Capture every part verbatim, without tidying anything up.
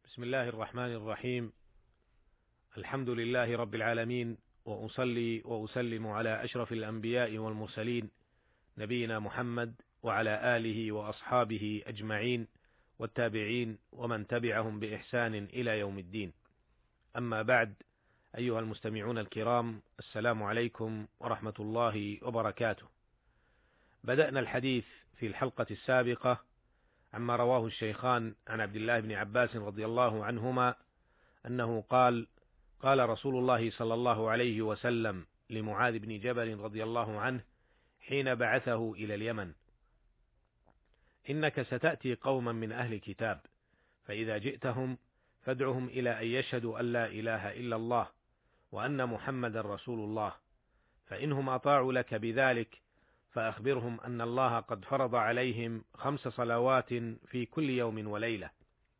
بسم الله الرحمن الرحيم. الحمد لله رب العالمين، وأصلي وأسلم على أشرف الأنبياء والمرسلين نبينا محمد وعلى آله وأصحابه أجمعين والتابعين ومن تبعهم بإحسان إلى يوم الدين. أما بعد، أيها المستمعون الكرام، السلام عليكم ورحمة الله وبركاته. بدأنا الحديث في الحلقة السابقة عما رواه الشيخان عن عبد الله بن عباس رضي الله عنهما أنه قال: قال رسول الله صلى الله عليه وسلم لمعاذ بن جبل رضي الله عنه حين بعثه إلى اليمن: إنك ستأتي قوما من أهل كتاب، فإذا جئتهم فادعهم إلى أن يشهدوا أن لا إله إلا الله وأن محمدا رسول الله، فإنهم أطاعوا لك بذلك فأخبرهم أن الله قد فرض عليهم خمس صلوات في كل يوم وليلة،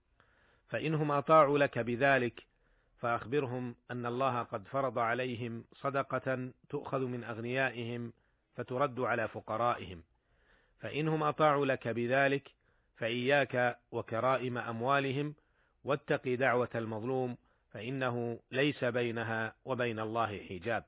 فإنهم أطاعوا لك بذلك فأخبرهم أن الله قد فرض عليهم صدقة تؤخذ من أغنيائهم فترد على فقرائهم، فإنهم أطاعوا لك بذلك فإياك وكرائم أموالهم، واتق دعوة المظلوم فإنه ليس بينها وبين الله حجاب.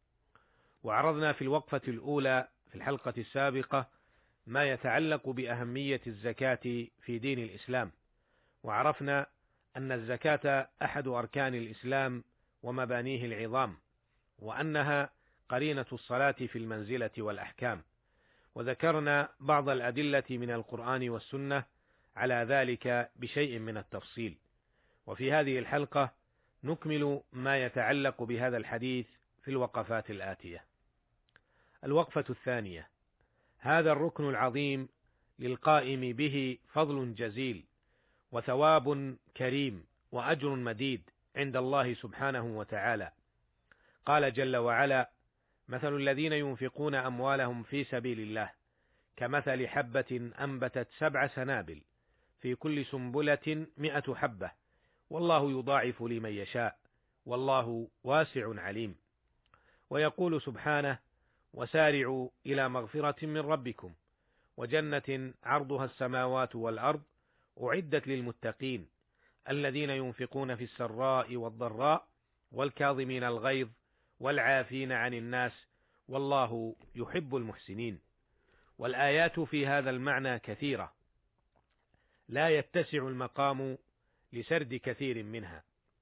وعرضنا في الوقفة الأولى في الحلقة السابقة ما يتعلق بأهمية الزكاة في دين الإسلام، وعرفنا أن الزكاة أحد أركان الإسلام ومبانيه العظام، وأنها قرينة الصلاة في المنزلة والأحكام، وذكرنا بعض الأدلة من القرآن والسنة على ذلك بشيء من التفصيل. وفي هذه الحلقة نكمل ما يتعلق بهذا الحديث في الوقفات الآتية. الوقفة الثانية: هذا الركن العظيم للقائم به فضل جزيل وثواب كريم وأجر مديد عند الله سبحانه وتعالى. قال جل وعلا: مثل الذين ينفقون أموالهم في سبيل الله كمثل حبة أنبتت سبع سنابل في كل سنبلة مئة حبة والله يضاعف لمن يشاء والله واسع عليم. ويقول سبحانه: وسارعوا إلى مغفرة من ربكم وجنة عرضها السماوات والأرض أعدت للمتقين الذين ينفقون في السراء والضراء والكاظمين الغيظ والعافين عن الناس والله يحب المحسنين. والآيات في هذا المعنى كثيرة لا يتسع المقام لسرد كثير منها.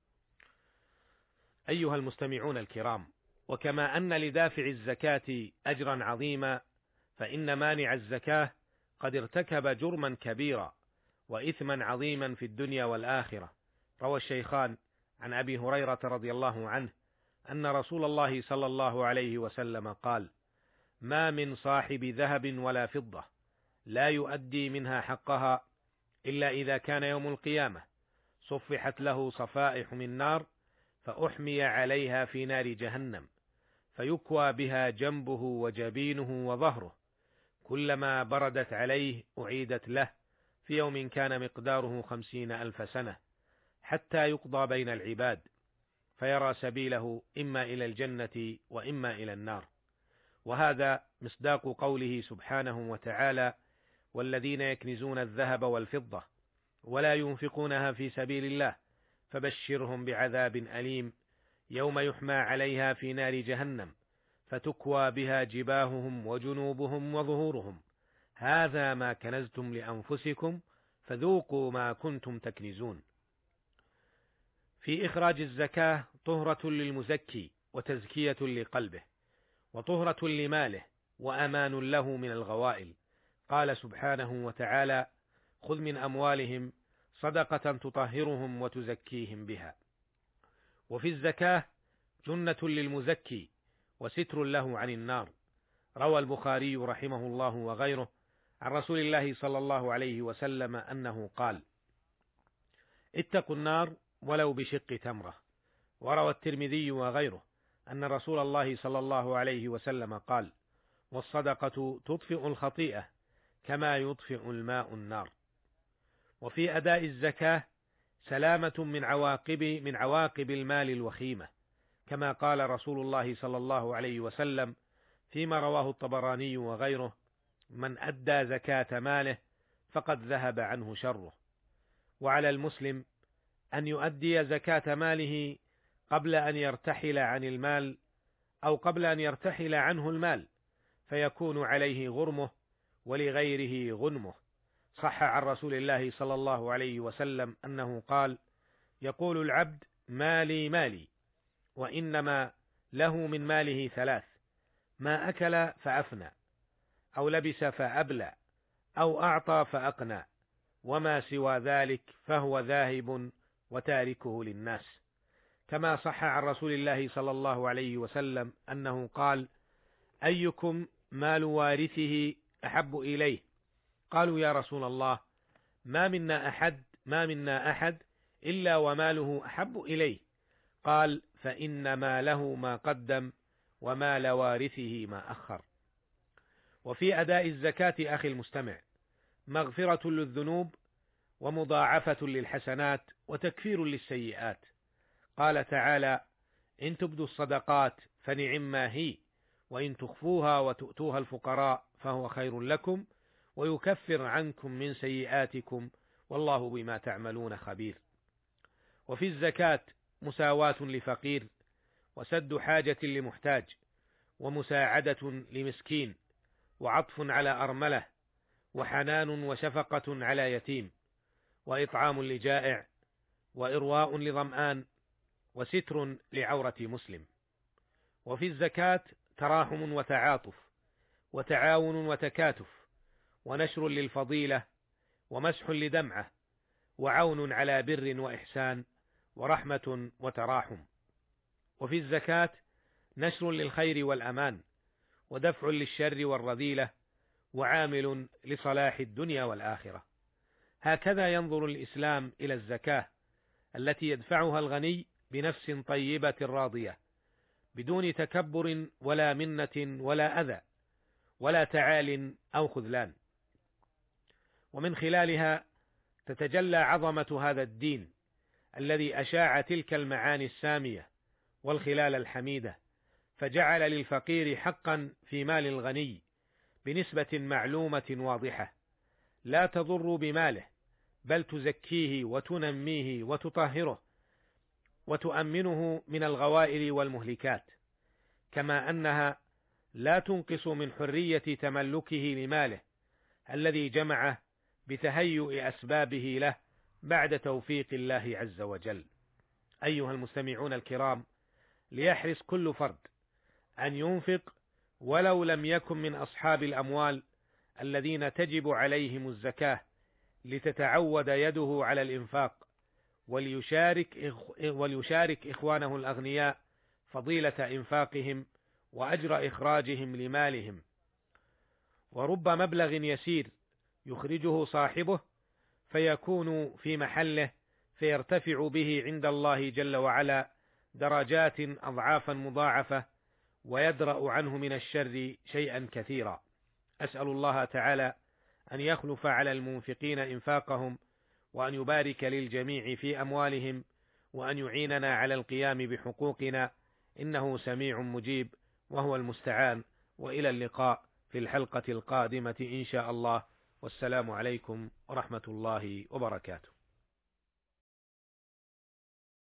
أيها المستمعون الكرام، وكما أن لدافع الزكاة أجرا عظيما، فإن مانع الزكاة قد ارتكب جرما كبيرا وإثما عظيما في الدنيا والآخرة. روى الشيخان عن أبي هريرة رضي الله عنه أن رسول الله صلى الله عليه وسلم قال: ما من صاحب ذهب ولا فضة لا يؤدي منها حقها إلا إذا كان يوم القيامة صفحت له صفائح من نار فأحمي عليها في نار جهنم فيكوى بها جنبه وجبينه وظهره، كلما بردت عليه أعيدت له في يوم كان مقداره خمسين ألف سنة حتى يقضى بين العباد فيرى سبيله إما إلى الجنة وإما إلى النار. وهذا مصداق قوله سبحانه وتعالى: والذين يكنزون الذهب والفضة ولا ينفقونها في سبيل الله فبشرهم بعذاب أليم يوم يحمى عليها في نار جهنم فتكوى بها جباههم وجنوبهم وظهورهم هذا ما كنزتم لأنفسكم فذوقوا ما كنتم تكنزون. في إخراج الزكاة طهرة للمزكي وتزكية لقلبه وطهرة لماله وأمان له من الغوائل. قال سبحانه وتعالى: خذ من أموالهم صدقة تطهرهم وتزكيهم بها. وفي الزكاة جنة للمزكي وستر له عن النار. روى البخاري رحمه الله وغيره عن رسول الله صلى الله عليه وسلم أنه قال: اتقوا النار ولو بشق تمرة. وروى الترمذي وغيره أن رسول الله صلى الله عليه وسلم قال: والصدقة تطفئ الخطيئة كما يطفئ الماء النار. وفي أداء الزكاة سلامة من عواقب من عواقب المال الوخيمة، كما قال رسول الله صلى الله عليه وسلم فيما رواه الطبراني وغيره: من أدى زكاة ماله فقد ذهب عنه شره. وعلى المسلم أن يؤدي زكاة ماله قبل أن يرتحل عن المال أو قبل أن يرتحل عنه المال، فيكون عليه غرمه ولغيره غنمه. صح عن رسول الله صلى الله عليه وسلم أنه قال: يقول العبد مالي مالي، وإنما له من ماله ثلاث: ما أكل فأفنى، أو لبس فأبلى، أو أعطى فأقنى، وما سوى ذلك فهو ذاهب وتاركه للناس. كما صح عن رسول الله صلى الله عليه وسلم أنه قال: أيكم مال وارثه أحب إليه؟ قالوا: يا رسول الله، ما منا أحد ما منا أحد إلا وماله أحب إليه. قال: فإن ماله ما قدم، ومال وارثه ما أخر. وفي أداء الزكاة أخي المستمع مغفرة للذنوب، ومضاعفة للحسنات، وتكفير للسيئات. قال تعالى: إن تبدوا الصدقات فنعما هي، وإن تخفوها وتؤتوها الفقراء فهو خير لكم، ويكفر عنكم من سيئاتكم، والله بما تعملون خبير. وفي الزكاة مساواة لفقير، وسد حاجة لمحتاج، ومساعدة لمسكين، وعطف على أرملة، وحنان وشفقة على يتيم، وإطعام لجائع، وإرواء لظمآن، وستر لعورة مسلم. وفي الزكاة تراحم وتعاطف، وتعاون وتكاتف، ونشر للفضيلة، ومسح لدمعة، وعون على بر وإحسان، ورحمة وتراحم. وفي الزكاة نشر للخير والأمان، ودفع للشر والرذيلة، وعامل لصلاح الدنيا والآخرة. هكذا ينظر الإسلام إلى الزكاة التي يدفعها الغني بنفس طيبة راضية، بدون تكبر ولا منة ولا أذى ولا تعال أو خذلان. ومن خلالها تتجلى عظمة هذا الدين الذي أشاع تلك المعاني السامية والخلال الحميدة، فجعل للفقير حقا في مال الغني بنسبة معلومة واضحة لا تضر بماله، بل تزكيه وتنميه وتطهره وتؤمنه من الغوائل والمهلكات، كما أنها لا تنقص من حرية تملكه لماله الذي جمعه بتهيؤ أسبابه له بعد توفيق الله عز وجل. أيها المستمعون الكرام، ليحرص كل فرد أن ينفق ولو لم يكن من أصحاب الأموال الذين تجب عليهم الزكاة، لتتعود يده على الإنفاق، وليشارك, وليشارك إخوانه الأغنياء فضيلة إنفاقهم وأجر إخراجهم لمالهم. ورب مبلغ يسير يخرجه صاحبه فيكون في محله، فيرتفع به عند الله جل وعلا درجات أضعافا مضاعفة، ويدرأ عنه من الشر شيئا كثيرا. أسأل الله تعالى أن يخلف على المنفقين إنفاقهم، وأن يبارك للجميع في أموالهم، وأن يعيننا على القيام بحقوقنا، إنه سميع مجيب وهو المستعان. وإلى اللقاء في الحلقة القادمة إن شاء الله، والسلام عليكم ورحمة الله وبركاته.